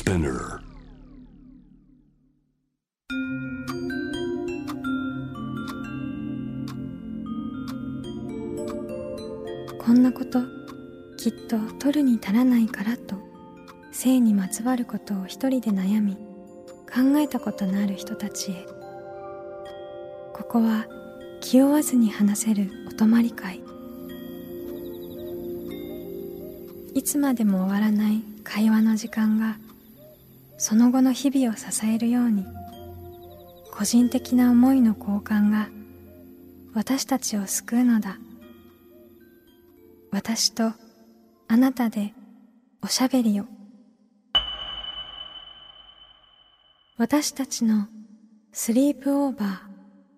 Spinner。 こんなこときっと取るに足らないからと性にまつわることを一人で悩み考えたことのある人たちへ、ここは気負わずに話せるお泊まり会。いつまでも終わらない会話の時間がその後の日々を支えるように、個人的な思いの交換が私たちを救うのだ。私とあなたでおしゃべりを。私たちのスリープオーバー。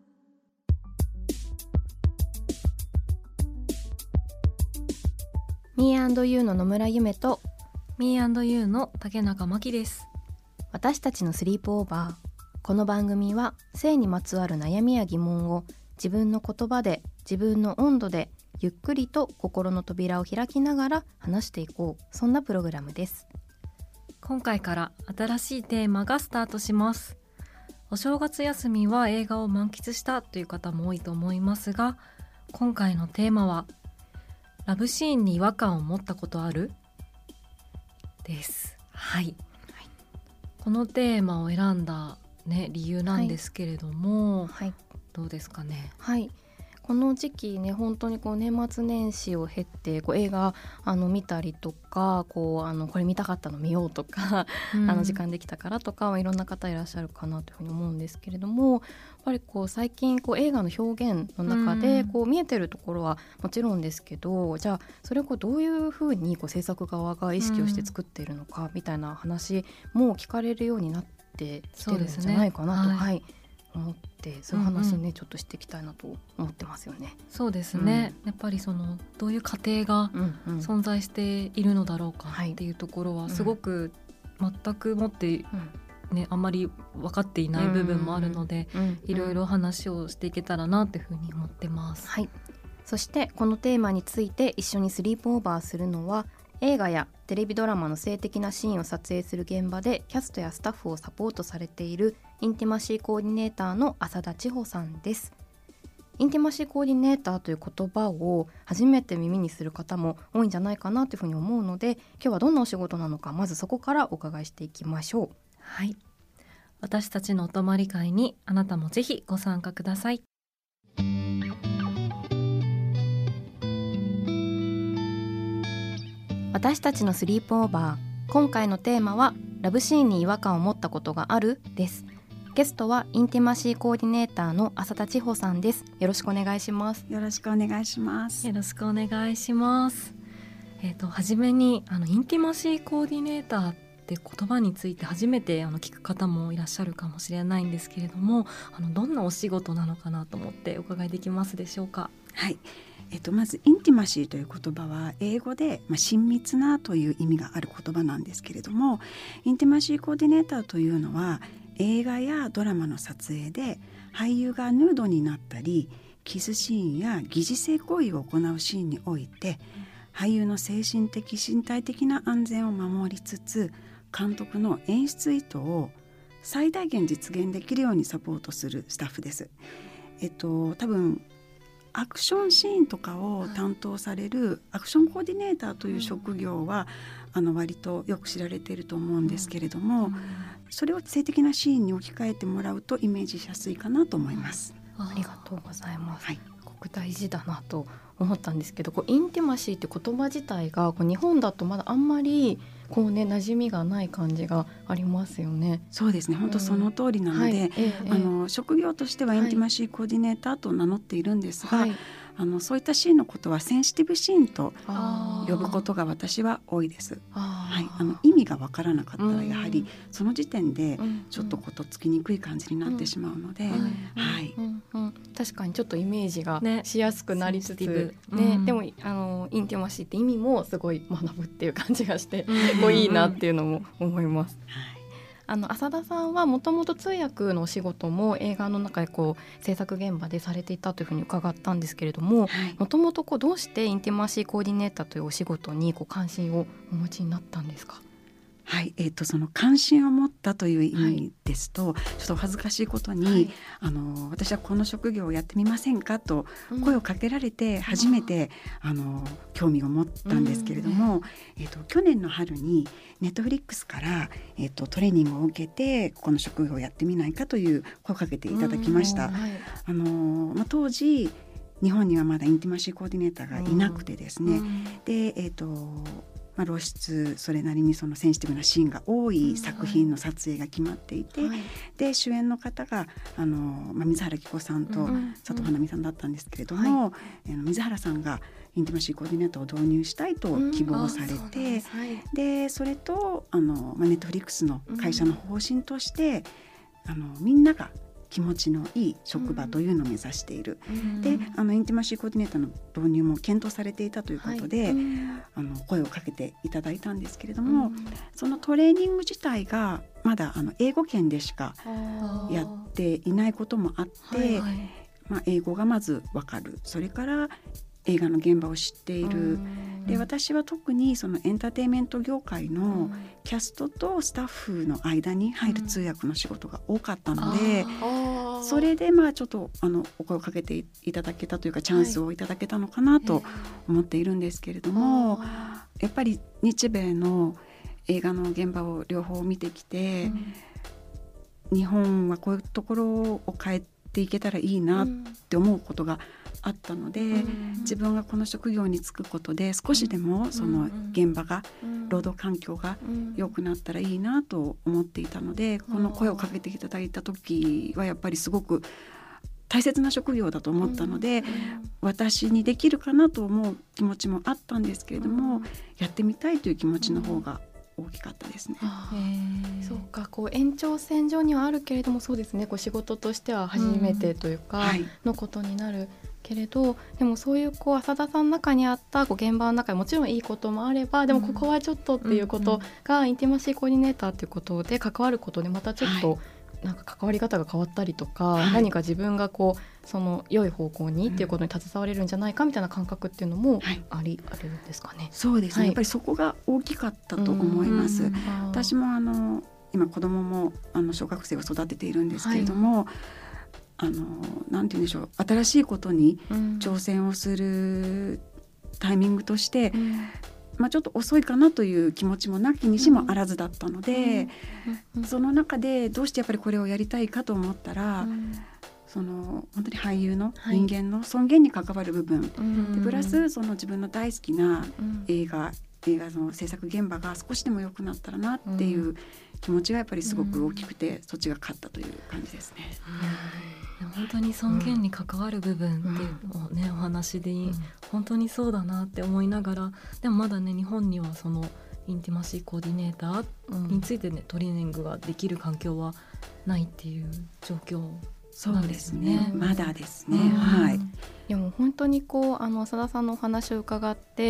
Me&You の野村ゆめと Me&You の竹中真希です。 私たちのスリープオーバー。この番組は性にまつわる悩みや疑問を自分の言葉で自分の温度でゆっくりと心の扉を開きながら話していこう、そんなプログラムです。 今回から新しいテーマがスタートします。お正月休みは映画を満喫したという方も多いと思いますが、今回のテーマはラブシーンに違和感を持ったことある？です。はい、このテーマを選んだ、理由なんですけれども、どうですかね。 この時期ね、本当に年末年始を経て映画見たりとかこれ見たかったの見ようとか、時間できたからとかいろんな方いらっしゃるかなというふうに思うんですけれども、やっぱり最近映画の表現の中で見えてるところはもちろんですけど、じゃあそれをどういうふうに制作側が意識をして作っているのかみたいな話も聞かれるようになってきてるんじゃないかなと、思って、そういう話ね、ちょっとしていきたいなと思ってますよね。 そうですね、やっぱりどういう過程が存在しているのだろうかっていうところはすごく全くもって、あんまり分かっていない部分もあるので、いろいろ話をしていけたらなというふうに思ってます。 そしてこのテーマについて一緒にスリープオーバーするのは、映画やテレビドラマの性的なシーンを撮影する現場でキャストやスタッフをサポートされているインティマシーコーディネーターの浅田千穂さんです。インティマシーコーディネーターという言葉を初めて耳にする方も多いんじゃないかなというふうに思うので、今日はどんなお仕事なのか、まずそこからお伺いしていきましょう。 私たちのお泊まり会にあなたもぜひご参加ください。 私たちのスリープオーバー。今回のテーマはラブシーンに違和感を持ったことがある？です。ゲストはインティマシーコーディネーターの浅田千穂さんです。よろしくお願いします。 よろしくお願いします。 よろしくお願いします。はじめにインティマシーコーディネーターって言葉について初めて聞く方もいらっしゃるかもしれないんですけれども、どんなお仕事なのかなと思ってお伺いできますでしょうか。 まずインティマシーという言葉は英語で、親密なという意味がある言葉なんですけれども、インティマシーコーディネーターというのは映画やドラマの撮影で俳優がヌードになったりキスシーンや疑似性行為を行うシーンにおいて、俳優の精神的身体的な安全を守りつつ監督の演出意図を最大限実現できるようにサポートするスタッフです。多分アクションシーンとかを担当されるアクションコーディネーターという職業は、割とよく知られていると思うんですけれども、それを性的なシーンに置き換えてもらうとイメージしやすいかなと思います。 ありがとうございます。ここ大事だなと思ったんですけど、インティマシーって言葉自体が日本だとまだあんまり馴染みがない感じがありますよね。 そうですね、本当その通りなので、職業としてはインティマシーコーディネーターと名乗っているんですが、そういったシーンのことはセンシティブシーンと呼ぶことが私は多いです。意味がわからなかったらやはりその時点でちょっととっつきにくい感じになってしまうので、 確かにちょっとイメージがしやすくなりつつ、でもインティマシーって意味もすごい学ぶっていう感じがしていいなっていうのも思います。浅田さんはもともと通訳のお仕事も映画の中で制作現場でされていたというふうに伺ったんですけれども、もともとどうしてインティマシーコーディネーターというお仕事に関心をお持ちになったんですか？ はい、その関心を持ったという意味ですと、ちょっとお恥ずかしいことに、私はこの職業をやってみませんかと声をかけられて初めて、興味を持ったんですけれども、去年の春にネットフリックスから、トレーニングを受けてこの職業をやってみないかという声をかけていただきました。当時日本にはまだインティマシーコーディネーターがいなくてですね、で、露出それなりにそのセンシティブなシーンが多い作品の撮影が決まっていて、で主演の方が水原希子さんと佐藤花美さんだったんですけれども、水原さんがインティマシーコーディネーターを導入したいと希望されて、でそれとネットフリックスの会社の方針として、みんなが気持ちのいい職場というのを目指している、でインティマシーコーディネーターの導入も検討されていたということで、声をかけていただいたんですけれども、そのトレーニング自体がまだ英語圏でしかやっていないこともあって、英語がまず分かる、それから映画の現場を知っている、で私は特にそのエンターテインメント業界のキャストとスタッフの間に入る通訳の仕事が多かったので、それでちょっとお声をかけていただけたというかチャンスをいただけたのかなと思っているんですけれども、やっぱり日米の映画の現場を両方見てきて、日本はこういうところを変えていけたらいいなって思うことがあったので、自分がこの職業に就くことで少しでもその現場が、労働環境が良くなったらいいなと思っていたので、この声をかけていただいた時はやっぱりすごく大切な職業だと思ったので、私にできるかなと思う気持ちもあったんですけれども、やってみたいという気持ちの方が大きかったですね。 そうか、延長線上にはあるけれども、そうですね、仕事としては初めてというか、のことになるけれど、でもそういう浅田さんの中にあった現場の中にもちろんいいこともあれば、でもここはちょっとっていうことが、インティマシーコーディネーターということで関わることでまたちょっと、なんか関わり方が変わったりとか、何か自分がその良い方向にっていうことに携われるんじゃないかみたいな感覚っていうのもあるんですかね。 そうですね、やっぱりそこが大きかったと思います。私も今子供も小学生を育てているんですけれども、なんて言うんでしょう、新しいことに挑戦をするタイミングとして、ちょっと遅いかなという気持ちもなきにしもあらずだったので、その中でどうしてやっぱりこれをやりたいかと思ったら、その本当に俳優の人間の尊厳に関わる部分、でプラスその自分の大好きな映画の制作現場が少しでも良くなったらなっていう気持ちがやっぱりすごく大きくて、そっちが勝ったという感じですね。 本当に尊厳に関わる部分っていうのをね、お話で本当にそうだなって思いながら、でもまだね、日本にはそのインティマシーコーディネーターについてね、トレーニングができる環境はないっていう状況なんですね。 そうですね、まだですね。はい。 でも本当に浅田さんのお話を伺って、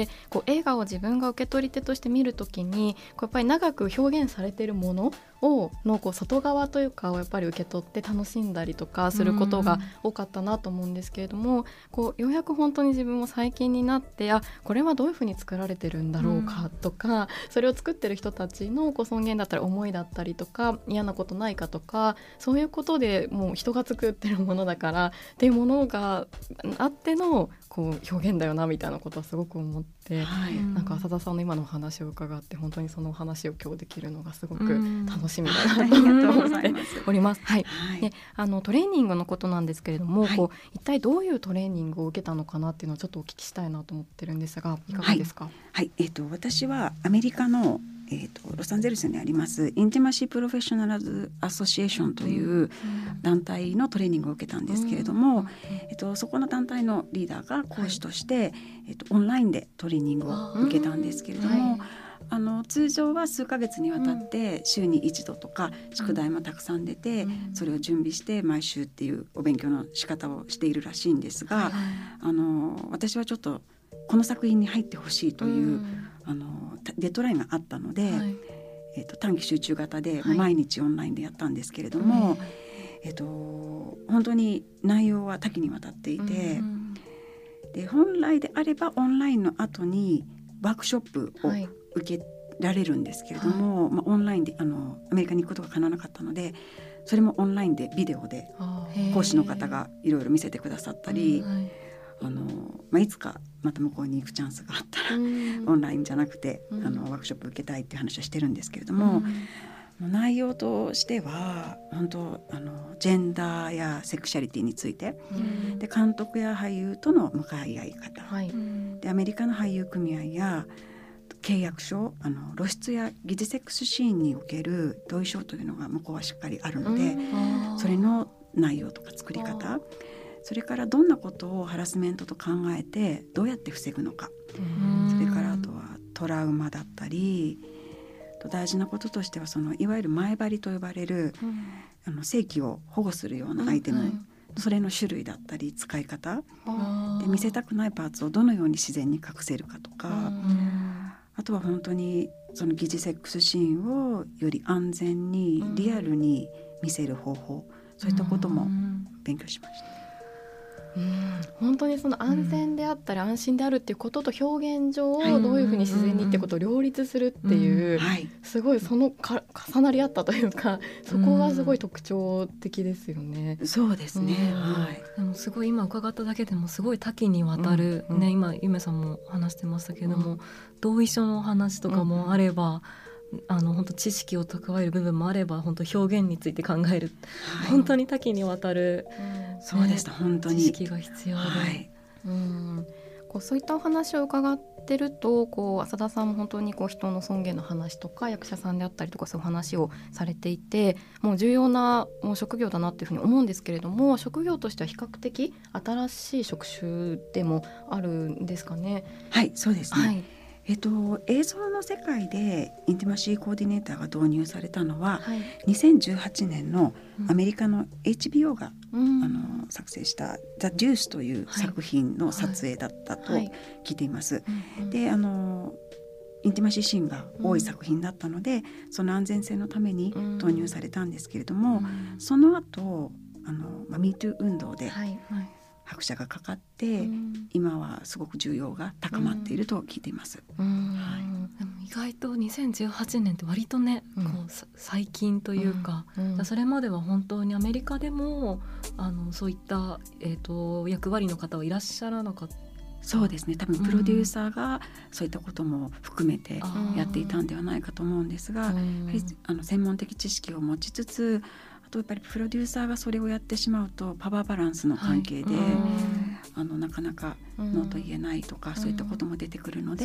映画を自分が受け取り手として見るときに、やっぱり長く表現されているものの外側というかをやっぱり受け取って楽しんだりとかすることが多かったなと思うんですけれども、ようやく本当に自分も最近になって、これはどういうふうに作られてるんだろうかとか、それを作ってる人たちの尊厳だったり思いだったりとか、嫌なことないかとか、そういうことでもう人が作ってるものだからっていうものがあっての表現だよなみたいなことはすごく思って、なんか浅田さんの今のお話を伺って、本当にそのお話を今日できるのがすごく楽しみだなと思っております。でトレーニングのことなんですけれども、一体どういうトレーニングを受けたのかなっていうのをちょっとお聞きしたいなと思ってるんですが、いかがですか？ 私はアメリカのロサンゼルスにありますインティマシープロフェッショナルズアソシエーションという団体のトレーニングを受けたんですけれども、そこの団体のリーダーが講師として、オンラインでトレーニングを受けたんですけれども、通常は数ヶ月にわたって週に一度とか宿題もたくさん出て、それを準備して毎週っていうお勉強の仕方をしているらしいんですが、私はちょっとこの作品に入ってほしいという、デッドラインがあったので、短期集中型で毎日オンラインでやったんですけれども、本当に内容は多岐にわたっていて、で本来であればオンラインの後にワークショップを受けられるんですけれども、オンラインでアメリカに行くことが叶わなかったので、それもオンラインでビデオで講師の方がいろいろ見せてくださったり、いつかまた向こうに行くチャンスがあったら、オンラインじゃなくてワークショップ受けたいっていう話はしてるんですけれども、内容としては本当ジェンダーやセクシャリティについて、で監督や俳優との向かい合い方、でアメリカの俳優組合や契約書、露出や疑似セックスシーンにおける同意書というのが向こうはしっかりあるので、それの内容とか作り方、それからどんなことをハラスメントと考えてどうやって防ぐのか、それからあとはトラウマだったり、大事なこととしてはいわゆる前張りと呼ばれる、性器を保護するようなアイテム、それの種類だったり使い方で、見せたくないパーツをどのように自然に隠せるかとか、あとは本当にその疑似セックスシーンをより安全にリアルに見せる方法、そういったことも勉強しました。 本当にその安全であったり安心であるっていうことと表現上どういうふうに自然にってことを両立するっていう、すごいその重なり合ったというか、そこがすごい特徴的ですよね。 そうですね、 でもすごい今伺っただけでもすごい多岐にわたる、今ゆめさんも話してましたけれども、同意書の話とかもあれば、本当知識を蓄える部分もあれば、本当表現について考える、本当に多岐にわたる、 そうでした、本当に知識が必要で、 そういったお話を伺ってると、浅田さんも本当に人の尊厳の話とか役者さんであったりとか、そういう話をされていて、もう重要な職業だなっていうふうに思うんですけれども、職業としては比較的新しい職種でもあるんですかね。 はい、そうですね、映像の世界でインティマシーコーディネーターが導入されたのは、2018年のアメリカの HBO が、作成した「ザ・デュース」という作品の撮影だったと聞いています。でインティマシーシーンが多い作品だったので、その安全性のために導入されたんですけれども、その後MeToo 運動で拍車がかかって、今はすごく需要が高まっていると聞いています。 でも意外と2018年って割とね、最近というか、それまでは本当にアメリカでもそういった、役割の方はいらっしゃらなかった。 そうですね、多分プロデューサーがそういったことも含めてやっていたんではないかと思うんですが、やはり専門的知識を持ちつつ、あとやっぱりプロデューサーがそれをやってしまうとパワーバランスの関係で、なかなかノーと言えないとか、そういったことも出てくるので、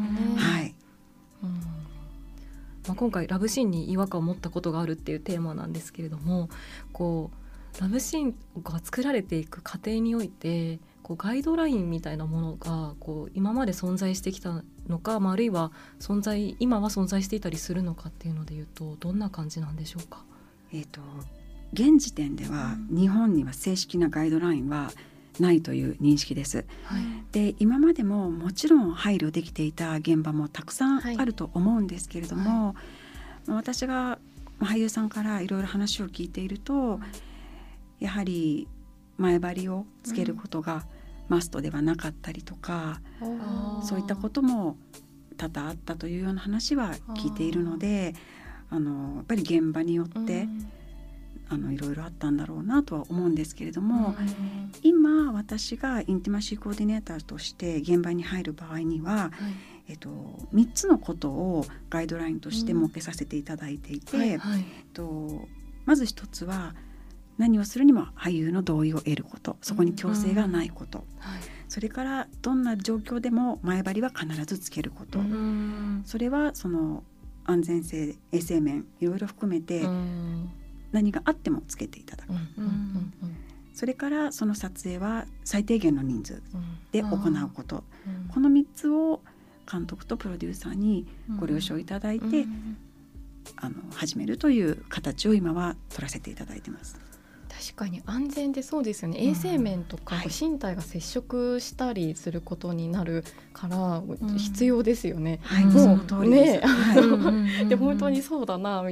今回ラブシーンに違和感を持ったことがあるっていうテーマなんですけれども、ラブシーンが作られていく過程においてガイドラインみたいなものが今まで存在してきたのか、あるいは今は存在していたりするのかっていうのでいうと、どんな感じなんでしょうか。 現時点では日本には正式なガイドラインはないという認識です。で今までももちろん配慮できていた現場もたくさんあると思うんですけれども、私が俳優さんからいろいろ話を聞いていると、やはり前張りをつけることがマストではなかったりとか、そういったことも多々あったというような話は聞いているので、やっぱり現場によっていろいろあったんだろうなとは思うんですけれども、今私がインティマシーコーディネーターとして現場に入る場合には、3つのことをガイドラインとして設けさせていただいていて、まず1つは何をするにも俳優の同意を得ること、そこに強制がないこと、それからどんな状況でも前張りは必ずつけること、それはその安全性、衛生面いろいろ含めて何があってもつけていただく、それからその撮影は最低限の人数で行うこと、この3つを監督とプロデューサーにご了承いただいて、始めるという形を今は取らせていただいてます。 確かに安全でそうですよね。衛生面とか身体が接触したりすることになるから必要ですよね。 その通りです。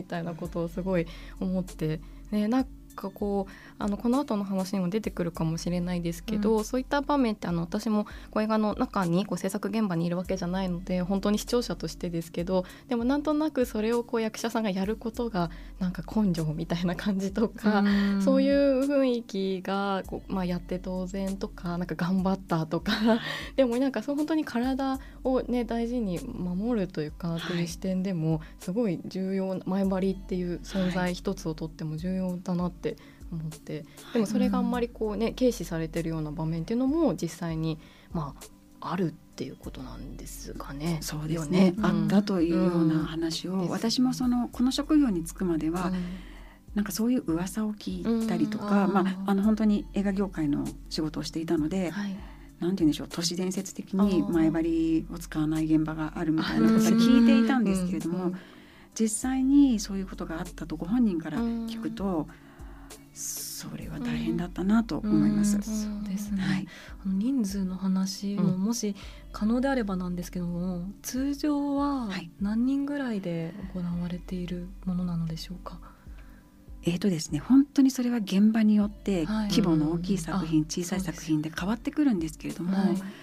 で本当にそうだなみたいなことをすごい思って、 かこの後の話にも出てくるかもしれないですけど、そういった場面って私も映画の中に制作現場にいるわけじゃないので本当に視聴者としてですけど、でもなんとなくそれを役者さんがやることがなんか根性みたいな感じとか、そういう雰囲気がやって当然とか、なんか頑張ったとかでもなんか本当に体をね大事に守るというか、という視点でもすごい重要な、前張りっていう存在一つをとっても重要だなって思って、でもそれがあんまり軽視されてるような場面っていうのも実際にあるっていうことなんですかね。 そうですね、あったというような話を、私もこの職業に就くまでは、なんかそういう噂を聞いたりとか、本当に映画業界の仕事をしていたので、なんて言うんでしょう、都市伝説的に前張りを使わない現場があるみたいなことを聞いていたんですけれども、実際にそういうことがあったとご本人から聞くと、それは大変だったなと思います。 そうですね、人数の話ももし可能であればなんですけども、通常は何人ぐらいで行われているものなのでしょうか。 ですね、本当にそれは現場によって規模の大きい作品、小さい作品で変わってくるんですけれども、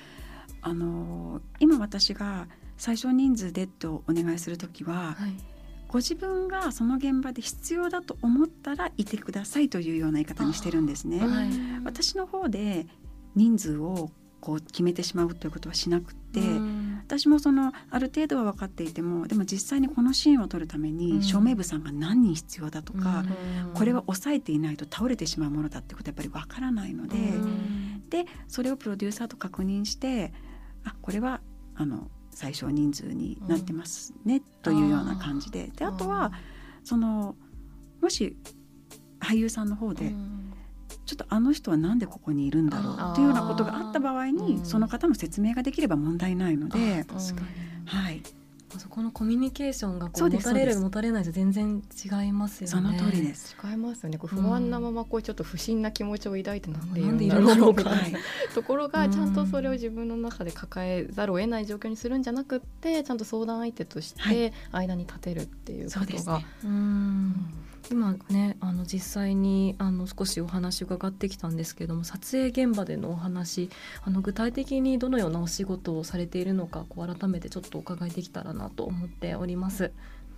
今私が最小人数でとお願いするときは、ご自分がその現場で必要だと思ったらいてくださいというような言い方にしてるんですね。私の方で人数を決めてしまうということはしなくて、私もある程度は分かっていても、でも実際にこのシーンを撮るために照明部さんが何人必要だとか、これは抑えていないと倒れてしまうものだってことはやっぱり分からないので、でそれをプロデューサーと確認して、これは最小人数になってますね、というような感じで、あとはもし俳優さんの方で、ちょっとあの人はなんでここにいるんだろうというようなことがあった場合に、その方の説明ができれば問題ないので、 そこのコミュニケーションが持たれる持たれないと全然違いますよね。 その通りです。 違いますよね。不安なままちょっと不審な気持ちを抱いてなんでいるんだろうかところが、ちゃんとそれを自分の中で抱えざるを得ない状況にするんじゃなくって、ちゃんと相談相手として間に立てるっていうことが、 今ね実際に少しお話伺ってきたんですけども、撮影現場でのお話、具体的にどのようなお仕事をされているのか改めてちょっとお伺いできたらなと思っております。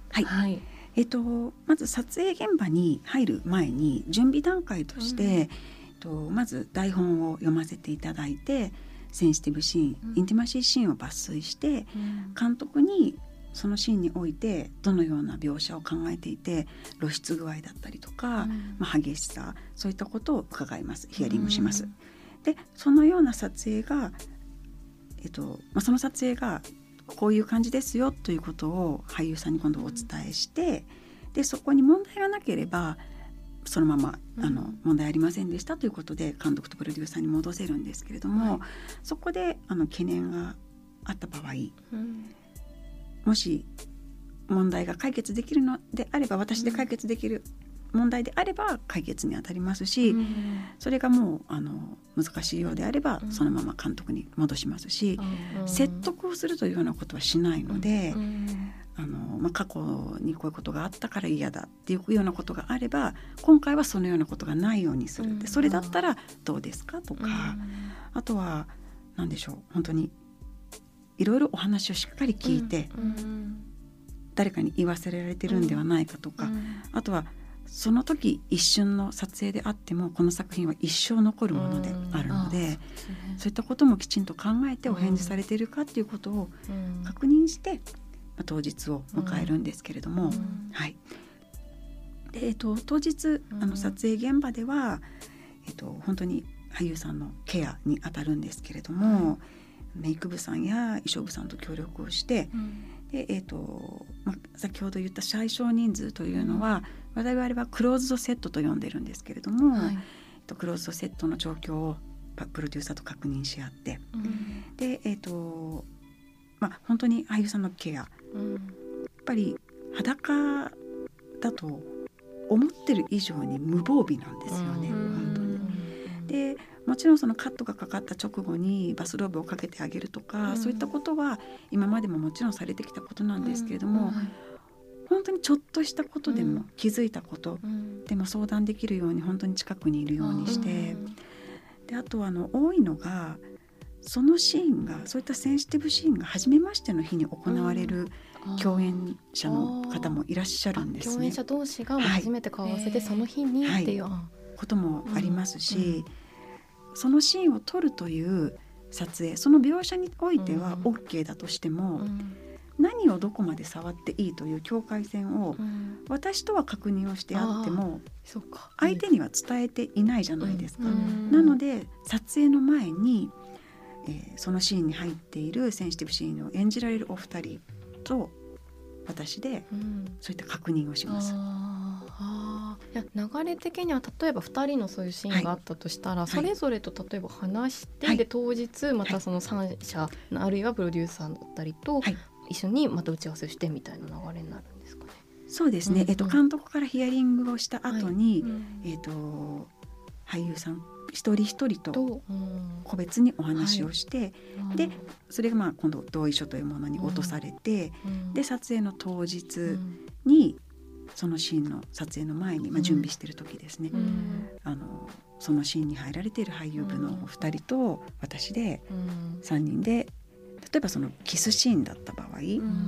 まず撮影現場に入る前に準備段階として、まず台本を読ませていただいて、センシティブシーン、インティマシーシーンを抜粋して、監督にそのシーンにおいてどのような描写を考えていて、露出具合だったりとか、激しさ、そういったことを伺います。ヒアリングします。でそのような撮影が、その撮影がこういう感じですよということを俳優さんに今度お伝えして、でそこに問題がなければそのまま問題ありませんでしたということで監督とプロデューサーに戻せるんですけれども、そこで懸念があった場合、もし問題が解決できるのであれば、私で解決できる問題であれば解決に当たりますし、それがもう難しいようであればそのまま監督に戻しますし、説得をするというようなことはしないので、過去にこういうことがあったから嫌だっていうようなことがあれば、今回はそのようなことがないようにする、でそれだったらどうですかとか、あとは何でしょう、本当にいろいろお話をしっかり聞いて、誰かに言わせられてるんではないかとか、あとはその時一瞬の撮影であってもこの作品は一生残るものであるので、そういったこともきちんと考えてお返事されているかっていうことを確認して、当日を迎えるんですけれども、で当日撮影現場では、本当に俳優さんのケアに当たるんですけれども、メイク部さんや衣装部さんと協力をして、で先ほど言った最小人数というのは、我々はクローズドセットと呼んでるんですけれども、クローズドセットの状況をプロデューサーと確認し合って、で本当に俳優さんのケア、やっぱり裸だと思ってる以上に無防備なんですよね、本当に。でもちろんそのカットがかかった直後にバスローブをかけてあげるとか、そういったことは今までももちろんされてきたことなんですけれども、 本当にちょっとしたことでも、気づいたことでも相談できるように本当に近くにいるようにして、であとは多いのがそのシーンがそういったセンシティブシーンが初めましての日に行われる共演者の方もいらっしゃるんですね。 共演者同士が初めて顔合わせてその日にっていう、 こともありますし、そのシーンを撮るという撮影、その描写においては OK だとしても、何をどこまで触っていいという境界線を私とは確認をしてあっても相手には伝えていないじゃないですか。なので撮影の前に、そのシーンに入っているセンシティブシーンを演じられるお二人と私でそういった確認をします。 いや流れ的には例えば2人のそういうシーンがあったとしたら、それぞれと例えば話して、で当日またその3社、あるいはプロデューサーだったりと一緒にまた打ち合わせをしてみたいな流れになるんですかね。 そうですね、監督からヒアリングをした後に、俳優さん一人一人と個別にお話をして、でそれが今度同意書というものに落とされて、で撮影の当日にそのシーンの撮影の前に、準備している時ですね、そのシーンに入られている俳優部のお二人と私で3人で、例えばそのキスシーンだった場合、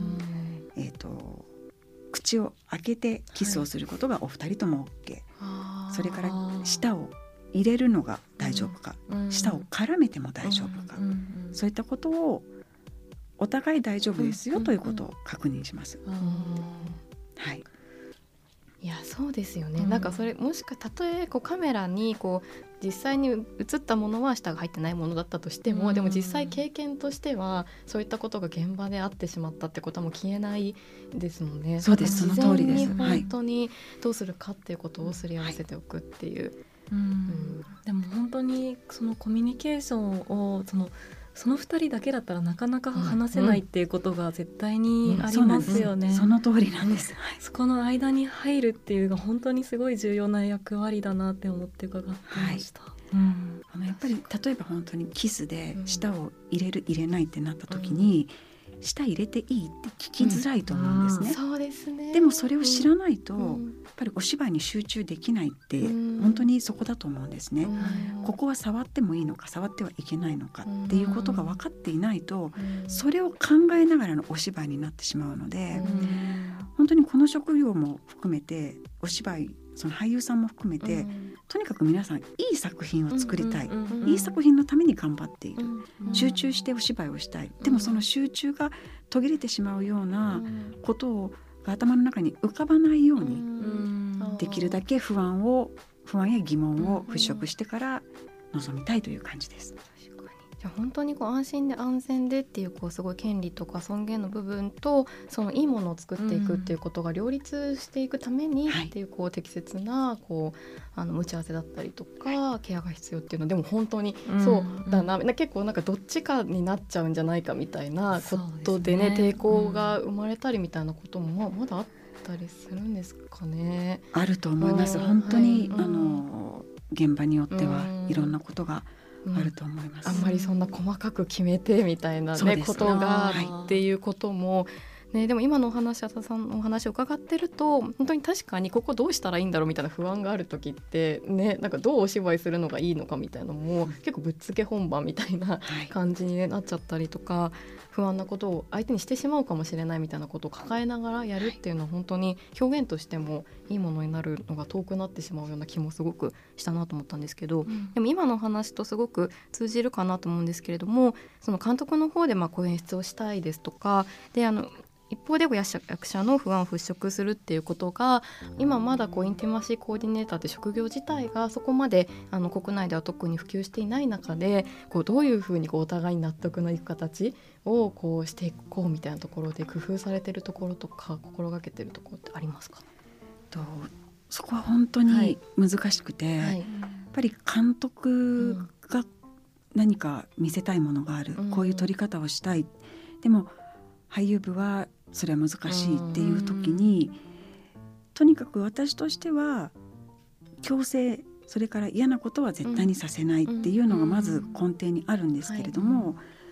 口を開けてキスをすることがお二人とも OK、それから舌を入れるのが大丈夫か、舌を絡めても大丈夫か、そういったことをお互い大丈夫ですよということを確認します。はい、 いやそうですよね、なんかそれもしかたとえカメラに実際に映ったものは舌が入ってないものだったとしても、でも実際経験としてはそういったことが現場であってしまったってことはもう消えないですもんね。 そうです、その通りです。 事前に本当にどうするかっていうことをすり合わせておくっていう、 でも本当にそのコミュニケーションをその2人だけだったらなかなか話せないっていうことが絶対にありますよね。 その通りなんです。 そこの間に入るっていうのが本当にすごい重要な役割だなって思って伺ってました。 やっぱり例えば本当にキスで舌を入れる入れないってなった時に、舌入れていいって聞きづらいと思うんですね。 そうですね。 でもそれを知らないと、やっぱりお芝居に集中できないって、本当にそこだと思うんですね。ここは触ってもいいのか触ってはいけないのかっていうことが分かっていないと、それを考えながらのお芝居になってしまうので、本当にこの職業も含めてお芝居、その俳優さんも含めて、とにかく皆さんいい作品を作りたい、いい作品のために頑張っている、集中してお芝居をしたい、でもその集中が途切れてしまうようなことが頭の中に浮かばないように、できるだけ不安や疑問を払拭してから臨みたいという感じです。 じゃあ本当に安心で安全でっていうすごい権利とか尊厳の部分と、そのいいものを作っていくっていうことが両立していくためにっていう適切な打ち合わせだったりとかケアが必要っていうのでも本当にそうだな、結構なんかどっちかになっちゃうんじゃないかみたいなことでね、抵抗が生まれたりみたいなこともまだあったりするんですかね。 あると思います。本当に現場によってはいろんなことがあると思います。 あんまりそんな細かく決めてみたいな、ことがっていうことも、でも今のお話、浅田さんのお話を伺ってると本当に確かにここどうしたらいいんだろうみたいな不安がある時ってなんかどうお芝居するのがいいのかみたいなのも、結構ぶっつけ本番みたいな感じになっちゃったりとか、不安なことを相手にしてしまうかもしれないみたいなことを抱えながらやるっていうのは本当に表現としてもいいものになるのが遠くなってしまうような気もすごくしたなと思ったんですけど、でも今のお話とすごく通じるかなと思うんですけれども、その監督の方でこういう演出をしたいですとかで、一方で役者の不安を払拭するっていうことが今まだインティマシーコーディネーターって職業自体がそこまで国内では特に普及していない中で、どういうふうにお互いに納得のいく形をしていこうみたいなところで工夫されているところとか心がけているところってありますか？ そこは本当に難しくて、やっぱり監督が何か見せたいものがある、こういう撮り方をしたい、でも俳優部はそれは難しいっていう時に、とにかく私としては強制、それから嫌なことは絶対にさせないっていうのがまず根底にあるんですけれども、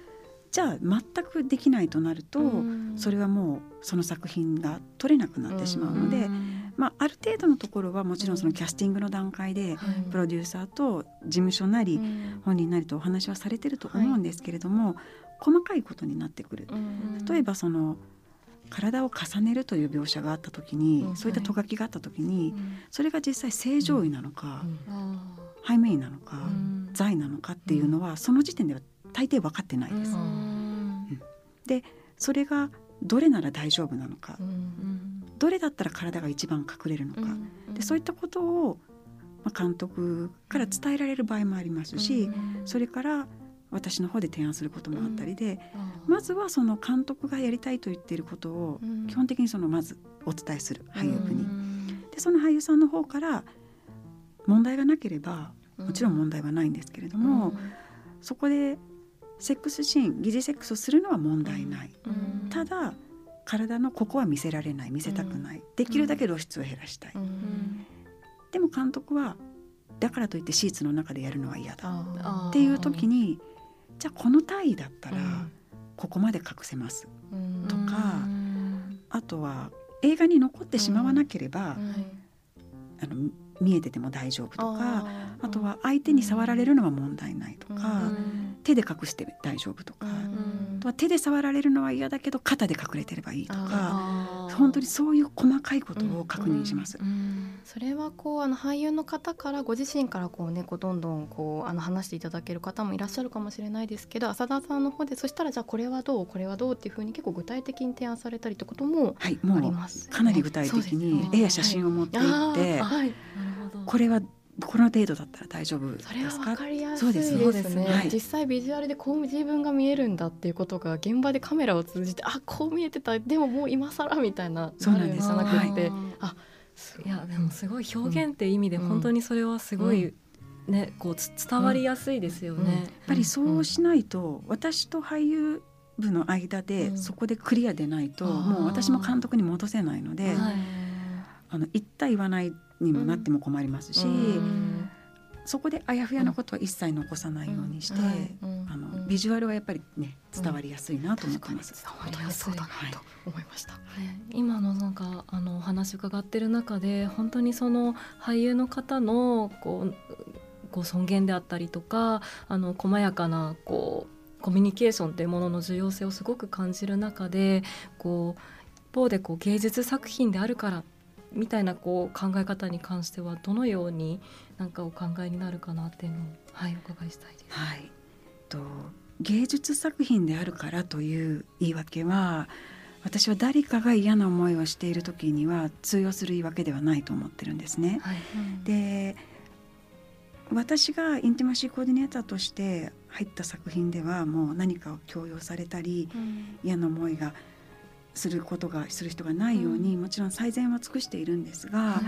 じゃあ全くできないとなると、それはもうその作品が撮れなくなってしまうので、ある程度のところはもちろんそのキャスティングの段階でプロデューサーと事務所なり本人なりとお話はされてると思うんですけれども、細かいことになってくる。例えばその体を重ねるという描写があった時に、そういったとがきがあった時に、それが実際正常位なのか、背面位なのか、座位なのかっていうのはその時点では大抵分かってないです。でそれがどれなら大丈夫なのか、どれだったら体が一番隠れるのか、でそういったことを監督から伝えられる場合もありますし、それから私の方で提案することもあったりで、まずはその監督がやりたいと言っていることを基本的にそのまずお伝えする、俳優部に。でその俳優さんの方から問題がなければもちろん問題はないんですけれども、そこでセックスシーン、疑似セックスをするのは問題ない。ただ体のここは見せられない、見せたくない、できるだけ露出を減らしたい。でも監督はだからといってシーツの中でやるのは嫌だっていう時に、じゃあこの体位だったらここまで隠せますとか、あとは映画に残ってしまわなければ見えてても大丈夫とか、あとは相手に触られるのは問題ないとか、手で隠して大丈夫とか、あとは手で触られるのは嫌だけど肩で隠れてればいいとか、本当にそういう細かいことを確認します。 それはこう俳優の方からご自身からこう、ね、こうどんどんこう話していただける方もいらっしゃるかもしれないですけど、浅田さんの方でそしたらじゃあこれはどうこれはどうっていうふうに結構具体的に提案されたりってこともあります、 もうかなり具体的に絵や写真を持っていって、これはこの程度だったら大丈夫ですか。 それは分かりやすいですね。実際ビジュアルでこう自分が見えるんだっていうことが現場でカメラを通じてこう見えてた、でももう今更みたいな、 そうなんです。 なくて、 いやでもすごい表現って意味で本当にそれはすごい、ね、こう伝わりやすいですよね。 やっぱりそうしないと、私と俳優部の間でそこでクリアでないと、もう私も監督に戻せないので、言った言わないにもなっても困りますし、そこであやふやなことは一切残さないようにして、ビジュアルはやっぱりね伝わりやすいなと思ってます。 伝わりやすいだなと思いました。 今のなんかお話伺ってる中で、本当にその俳優の方のこう尊厳であったりとか、細やかなコミュニケーションというものの重要性をすごく感じる中で、一方で芸術作品であるからみたいな考え方に関してはどのようになんかお考えになるかなっていうのを、お伺いしたいです。 芸術作品であるからという言い訳は、私は誰かが嫌な思いをしている時には通用する言い訳ではないと思ってるんですね。で、私がインティマシーコーディネーターとして入った作品では、もう何かを強要されたり、嫌な思いがする人がないように、もちろん最善は尽くしているんですが、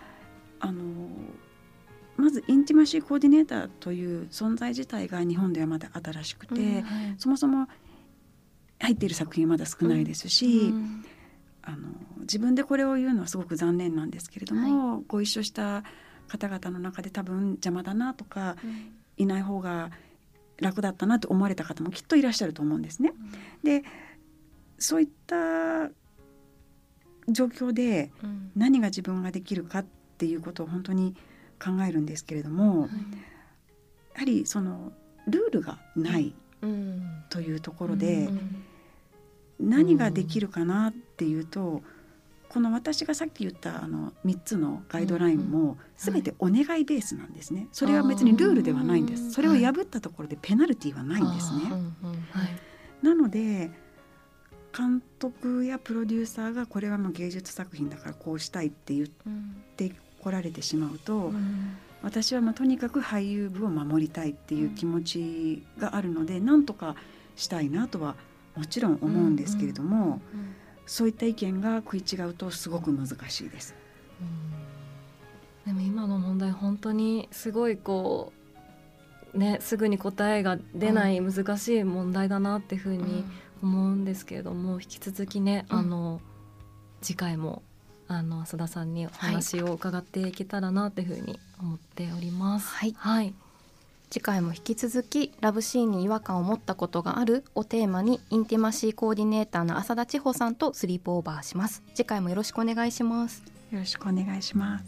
まずインティマシーコーディネーターという存在自体が日本ではまだ新しくて、そもそも入っている作品はまだ少ないですし、自分でこれを言うのはすごく残念なんですけれども、ご一緒した方々の中で多分邪魔だなとか、いない方が楽だったなと思われた方もきっといらっしゃると思うんですね。でそういった状況で何が自分ができるかっていうことを本当に考えるんですけれども、やはりそのルールがないというところで、何ができるかなっていうと、この私がさっき言った3つのガイドラインも全てお願いベースなんですね。それは別にルールではないんです。それを破ったところでペナルティはないんですね。なので監督やプロデューサーがこれはもう芸術作品だからこうしたいって言って来られてしまうと、私はとにかく俳優部を守りたいっていう気持ちがあるので、なんとかしたいなとはもちろん思うんですけれども、そういった意見が食い違うとすごく難しいです。 でも今の問題本当にすごいすぐに答えが出ない難しい問題だなっていうふうに思うんですけれども、引き続きね、次回も浅田さんにお話を伺っていけたらなというふうに思っております。 次回も引き続きラブシーンに違和感を持ったことがあるをテーマにインティマシーコーディネーターの浅田千穂さんとスリープオーバーします。次回もよろしくお願いします。 よろしくお願いします。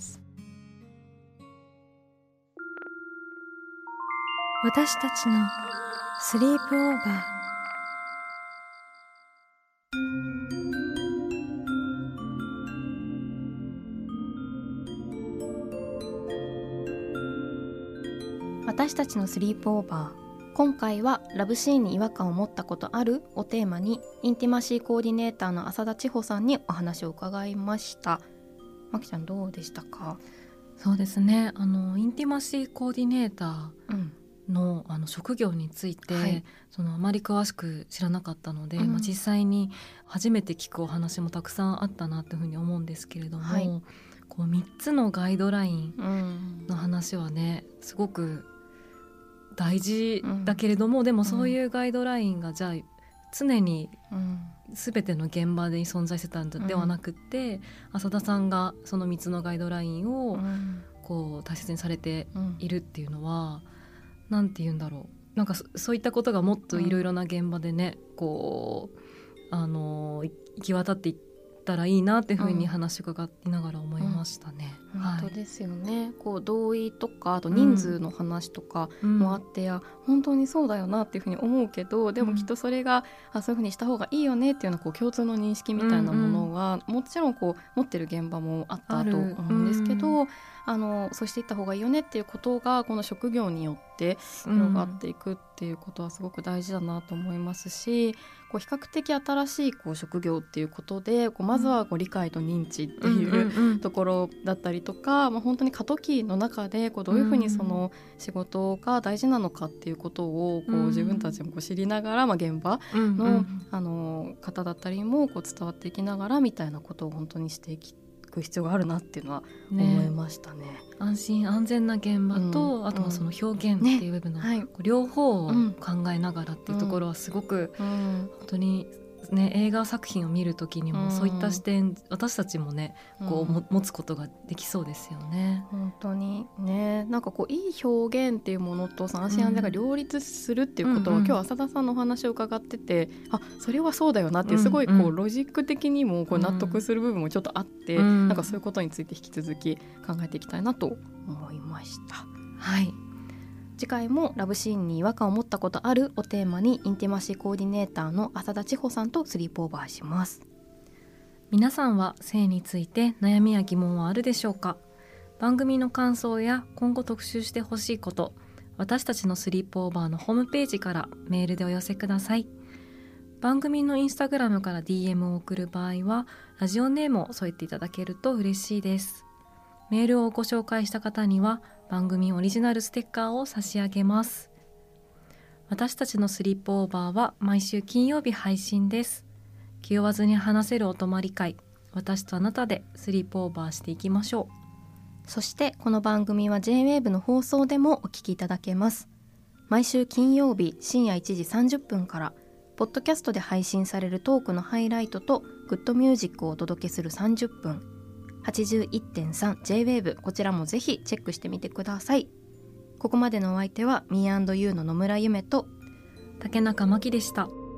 私たちのスリープオーバー。 私たちのスリープオーバー。今回はラブシーンに違和感を持ったことあるをテーマにインティマシーコーディネーターの浅田千穂さんにお話を伺いました。まきちゃんどうでしたか？ そうですね、インティマシーコーディネーターの、職業について、はい、あまり詳しく知らなかったので、実際に初めて聞くお話もたくさんあったなというふうに思うんですけれども、はい、こう3つのガイドラインの話はね、すごく大事だけれども、でもそういうガイドラインがじゃあ常に全ての現場で存在してたんではなくて、浅田さんがその3つのガイドラインをこう大切にされているっていうのは、なんて言うんだろう、なんかそういったことがもっといろいろな現場でね、こう行き渡っていったらいいなっていうふうに話を伺いながら思いましたね。 本当ですよね。こう同意とかあと人数の話とかもあって、本当にそうだよなっていうふうに思うけど、でもきっとそれが、そういうふうにした方がいいよねっていうようなこう共通の認識みたいなものが、もちろんこう持ってる現場もあったと思うんですけど、そうしていった方がいいよねっていうことがこの職業によって広がっていくっていうことはすごく大事だなと思いますし、こう比較的新しいこう職業っていうことでこうまずはこう理解と認知っていうところだったりとか、本当に過渡期の中でこうどういうふうにその仕事が大事なのかっていうことをこう自分たちもこう知りながら、現場の、方だったりもこう伝わっていきながらみたいなことを本当にしていく必要があるなっていうのは思いましたね。 安心安全な現場と、あとはその表現っていう部分の、両方を考えながらっていうところはすごく、本当にね、映画作品を見るときにもそういった視点、私たちもねこう持つことができそうですよね。 本当にね、なんかこういい表現っていうものと安心安全が両立するっていうことは、今日浅田さんのお話を伺ってて、それはそうだよなっていうすごいこうロジック的にもこう納得する部分もちょっとあって、なんかそういうことについて引き続き考えていきたいなと思いました。はい、次回もラブシーンに違和感を持ったことあるをテーマにインティマシーコーディネーターの浅田千穂さんとスリープオーバーします。 皆さんは性について悩みや疑問はあるでしょうか？番組の感想や今後特集してほしいこと、私たちのスリープオーバーのホームページからメールでお寄せください。番組のインスタグラムから DM を送る場合はラジオネームを添えていただけると嬉しいです。メールをご紹介した方には番組オリジナルステッカーを差し上げます。私たちのスリープオーバーは毎週金曜日配信です。気負わずに話せるお泊まり会、私とあなたでスリープオーバーしていきましょう。 そしてこの番組は J-WAVE の放送でもお聞きいただけます。毎週金曜日深夜1時30分からポッドキャストで配信されるトークのハイライトとグッドミュージックをお届けする30分 81.3 J-WAVE、 こちらもぜひチェックしてみてください。ここまでのお相手は Me&You の野村ゆめと竹中真希でした。